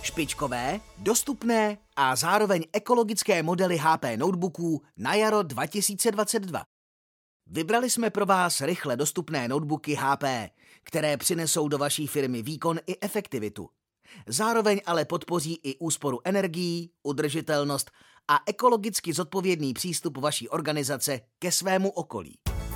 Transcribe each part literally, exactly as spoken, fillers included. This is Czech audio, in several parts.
Špičkové, dostupné a zároveň ekologické modely H P notebooků na jaro dva tisíce dvacet dva. Vybrali jsme pro vás rychle dostupné notebooky H P, které přinesou do vaší firmy výkon i efektivitu. Zároveň ale podpoří i úsporu energií, udržitelnost a ekologicky zodpovědný přístup vaší organizace ke svému okolí.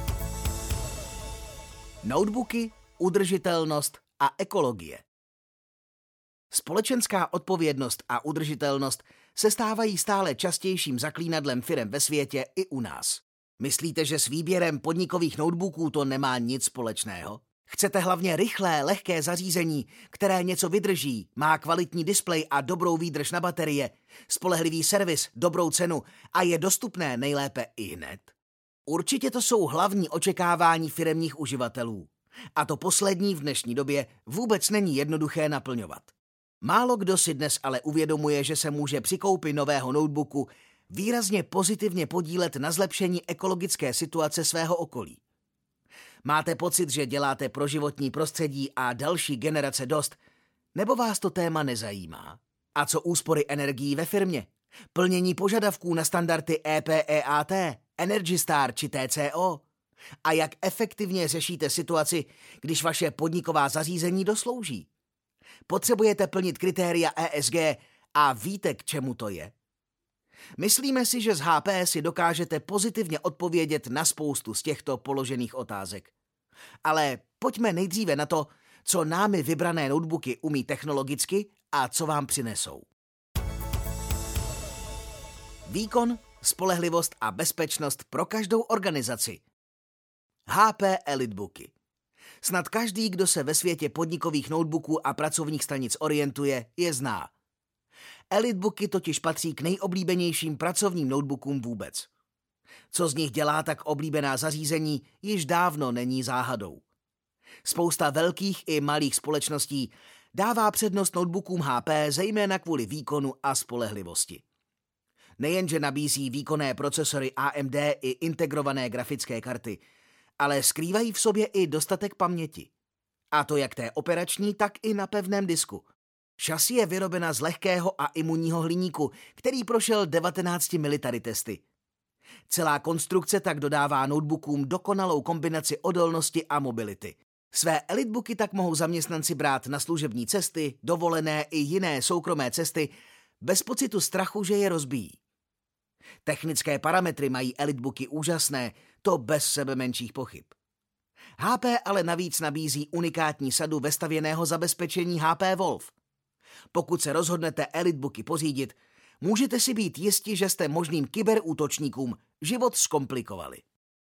Notebooky, udržitelnost a ekologie. Společenská odpovědnost a udržitelnost se stávají stále častějším zaklínadlem firem ve světě i u nás. Myslíte, že s výběrem podnikových notebooků to nemá nic společného? Chcete hlavně rychlé, lehké zařízení, které něco vydrží, má kvalitní displej a dobrou výdrž na baterie, spolehlivý servis, dobrou cenu a je dostupné nejlépe ihned? Určitě to jsou hlavní očekávání firemních uživatelů. A to poslední v dnešní době vůbec není jednoduché naplňovat. Málo kdo si dnes ale uvědomuje, že se může při koupi nového notebooku výrazně pozitivně podílet na zlepšení ekologické situace svého okolí. Máte pocit, že děláte pro životní prostředí a další generace dost, nebo vás to téma nezajímá? A co úspory energií ve firmě? Plnění požadavků na standardy E P E A T, Energy Star či T C O? A jak efektivně řešíte situaci, když vaše podniková zařízení doslouží? Potřebujete plnit kritéria E S G a víte, k čemu to je? Myslíme si, že z H P si dokážete pozitivně odpovědět na spoustu z těchto položených otázek. Ale pojďme nejdříve na to, co námi vybrané notebooky umí technologicky a co vám přinesou. Výkon, spolehlivost a bezpečnost pro každou organizaci. H P EliteBooky. Snad každý, kdo se ve světě podnikových notebooků a pracovních stanic orientuje, je zná. EliteBooky totiž patří k nejoblíbenějším pracovním notebookům vůbec. Co z nich dělá tak oblíbená zařízení, již dávno není záhadou. Spousta velkých i malých společností dává přednost notebookům H P zejména kvůli výkonu a spolehlivosti. Nejenže nabízí výkonné procesory A M D i integrované grafické karty, ale skrývají v sobě i dostatek paměti. A to jak té operační, tak i na pevném disku. Šasi je vyrobena z lehkého a imunního hliníku, který prošel devatenáct military testy. Celá konstrukce tak dodává notebookům dokonalou kombinaci odolnosti a mobility. Své EliteBooky tak mohou zaměstnanci brát na služební cesty, dovolené i jiné soukromé cesty, bez pocitu strachu, že je rozbijí. Technické parametry mají EliteBooky úžasné, to bez sebe menších pochyb. H P ale navíc nabízí unikátní sadu vestavěného zabezpečení H P Wolf. Pokud se rozhodnete EliteBooky pořídit, můžete si být jisti, že jste možným kyberútočníkům život zkomplikovali.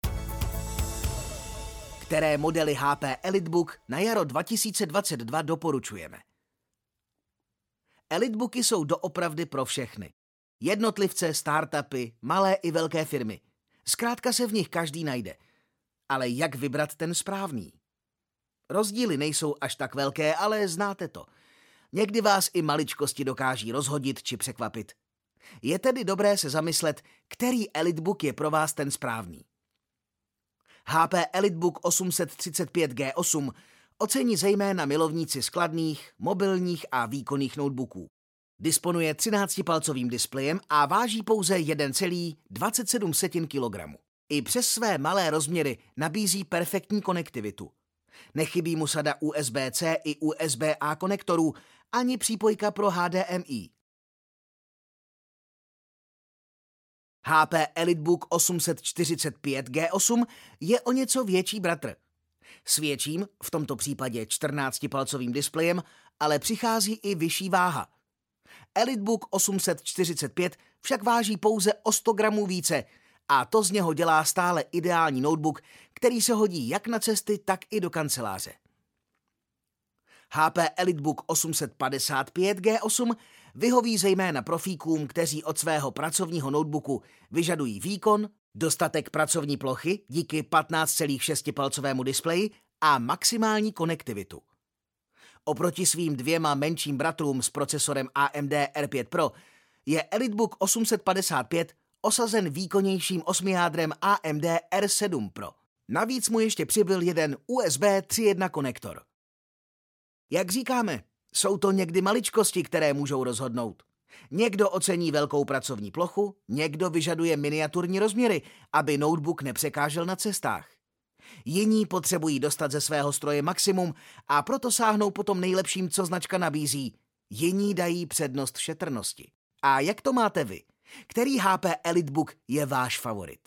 Které modely H P EliteBook na jaro dva tisíce dvacet dva doporučujeme? EliteBooky jsou doopravdy pro všechny. Jednotlivce, startupy, malé i velké firmy. Zkrátka se v nich každý najde. Ale jak vybrat ten správný? Rozdíly nejsou až tak velké, ale znáte to. Někdy vás i maličkosti dokáží rozhodit či překvapit. Je tedy dobré se zamyslet, který EliteBook je pro vás ten správný. H P EliteBook osm set třicet pět G osm ocení zejména milovníci skladných, mobilních a výkonných notebooků. Disponuje třináctipalcovým displejem a váží pouze jedna celá dvacet sedm kilogramů. I přes své malé rozměry nabízí perfektní konektivitu. Nechybí mu sada U S B C i U S B A konektorů ani přípojka pro H D M I. H P EliteBook osm set čtyřicet pět G osm je o něco větší bratr. S větším, v tomto případě čtrnáctipalcovým displejem, ale přichází i vyšší váha. EliteBook osm set čtyřicet pět však váží pouze o sto gramů více a to z něho dělá stále ideální notebook, který se hodí jak na cesty, tak i do kanceláře. H P EliteBook osm set padesát pět G osm vyhoví zejména profíkům, kteří od svého pracovního notebooku vyžadují výkon, dostatek pracovní plochy díky patnáct celá šest palcovému displeji a maximální konektivitu. Oproti svým dvěma menším bratrům s procesorem A M D R pět Pro je EliteBook osm set padesát pět osazen výkonnějším osmijádrem A M D R sedm Pro. Navíc mu ještě přibyl jeden U S B tři tečka jedna konektor. Jak říkáme, Jsou to někdy maličkosti, které můžou rozhodnout. Někdo ocení velkou pracovní plochu, někdo vyžaduje miniaturní rozměry, aby notebook nepřekážel na cestách. Jiní potřebují dostat ze svého stroje maximum a proto sáhnou po tom nejlepším, co značka nabízí. Jiní dají přednost šetrnosti. A jak to máte vy? Který H P EliteBook je váš favorit?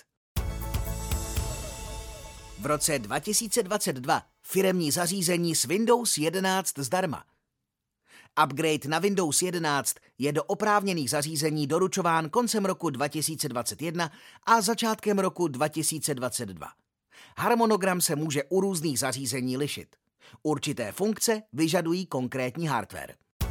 V roce dva tisíce dvacet dva firemní zařízení s Windows jedenáct zdarma. Upgrade na Windows jedenáct je do oprávněných zařízení doručován koncem roku dva tisíce dvacet jedna a začátkem roku dva tisíce dvacet dva. Harmonogram se může u různých zařízení lišit. Určité funkce vyžadují konkrétní hardware.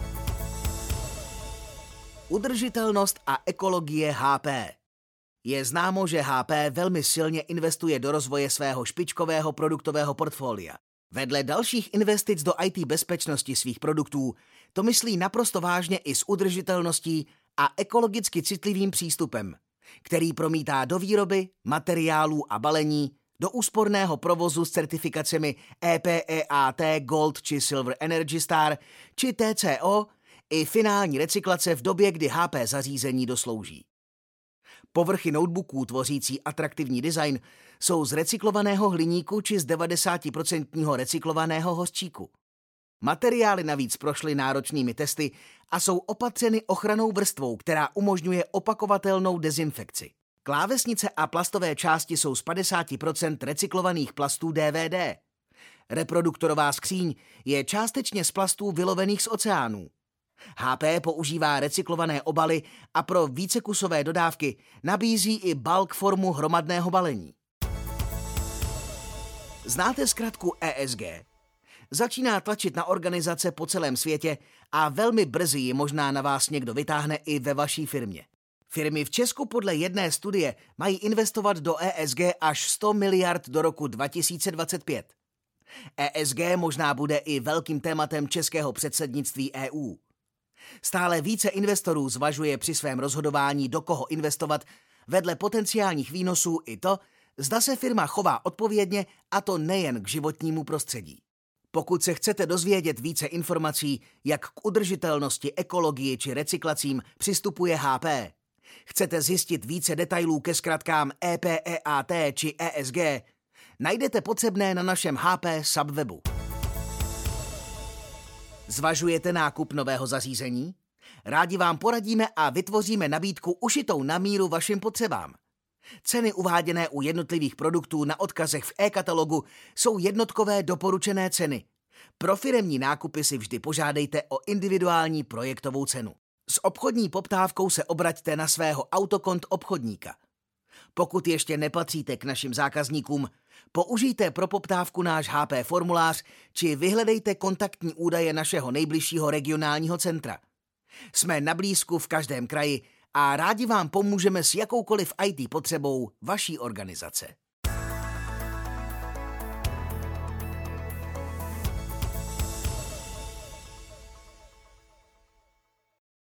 Udržitelnost a ekologie H P. Je známo, že H P velmi silně investuje do rozvoje svého špičkového produktového portfolia. Vedle dalších investic do í té bezpečnosti svých produktů to myslí naprosto vážně i s udržitelností a ekologicky citlivým přístupem, který promítá do výroby, materiálů a balení, do úsporného provozu s certifikacemi E P E A T Gold či Silver Energy Star či T C O i finální recyklace v době, kdy H P zařízení doslouží. Povrchy notebooků tvořící atraktivní design jsou z recyklovaného hliníku či z devadesát procent recyklovaného hořčíku. Materiály navíc prošly náročnými testy a jsou opatřeny ochrannou vrstvou, která umožňuje opakovatelnou dezinfekci. Klávesnice a plastové části jsou z padesát procent recyklovaných plastů D V D. Reproduktorová skříň je částečně z plastů vylovených z oceánů. H P používá recyklované obaly a pro vícekusové dodávky nabízí i bulk formu hromadného balení. Znáte zkratku E S G? Začíná tlačit na organizace po celém světě a velmi brzy ji možná na vás někdo vytáhne i ve vaší firmě. Firmy v Česku podle jedné studie mají investovat do E S G až sto miliard do roku dva tisíce dvacet pět. E S G možná bude i velkým tématem českého předsednictví E U. Stále více investorů zvažuje při svém rozhodování, do koho investovat, vedle potenciálních výnosů i to, zda se firma chová odpovědně, a to nejen k životnímu prostředí. Pokud se chcete dozvědět více informací, jak k udržitelnosti, ekologii či recyklacím přistupuje H P, chcete zjistit více detailů ke zkratkám E P E A T či E S G, najdete potřebné na našem H P subwebu. Zvažujete nákup nového zařízení? Rádi vám poradíme a vytvoříme nabídku ušitou na míru vašim potřebám. Ceny uváděné u jednotlivých produktů na odkazech v e-katalogu jsou jednotkové doporučené ceny. Pro firemní nákupy si vždy požádejte o individuální projektovou cenu. S obchodní poptávkou se obraťte na svého autokont obchodníka. Pokud ještě nepatříte k našim zákazníkům, použijte pro poptávku náš H P formulář či vyhledejte kontaktní údaje našeho nejbližšího regionálního centra. Jsme na blízku v každém kraji a rádi vám pomůžeme s jakoukoliv í té potřebou vaší organizace.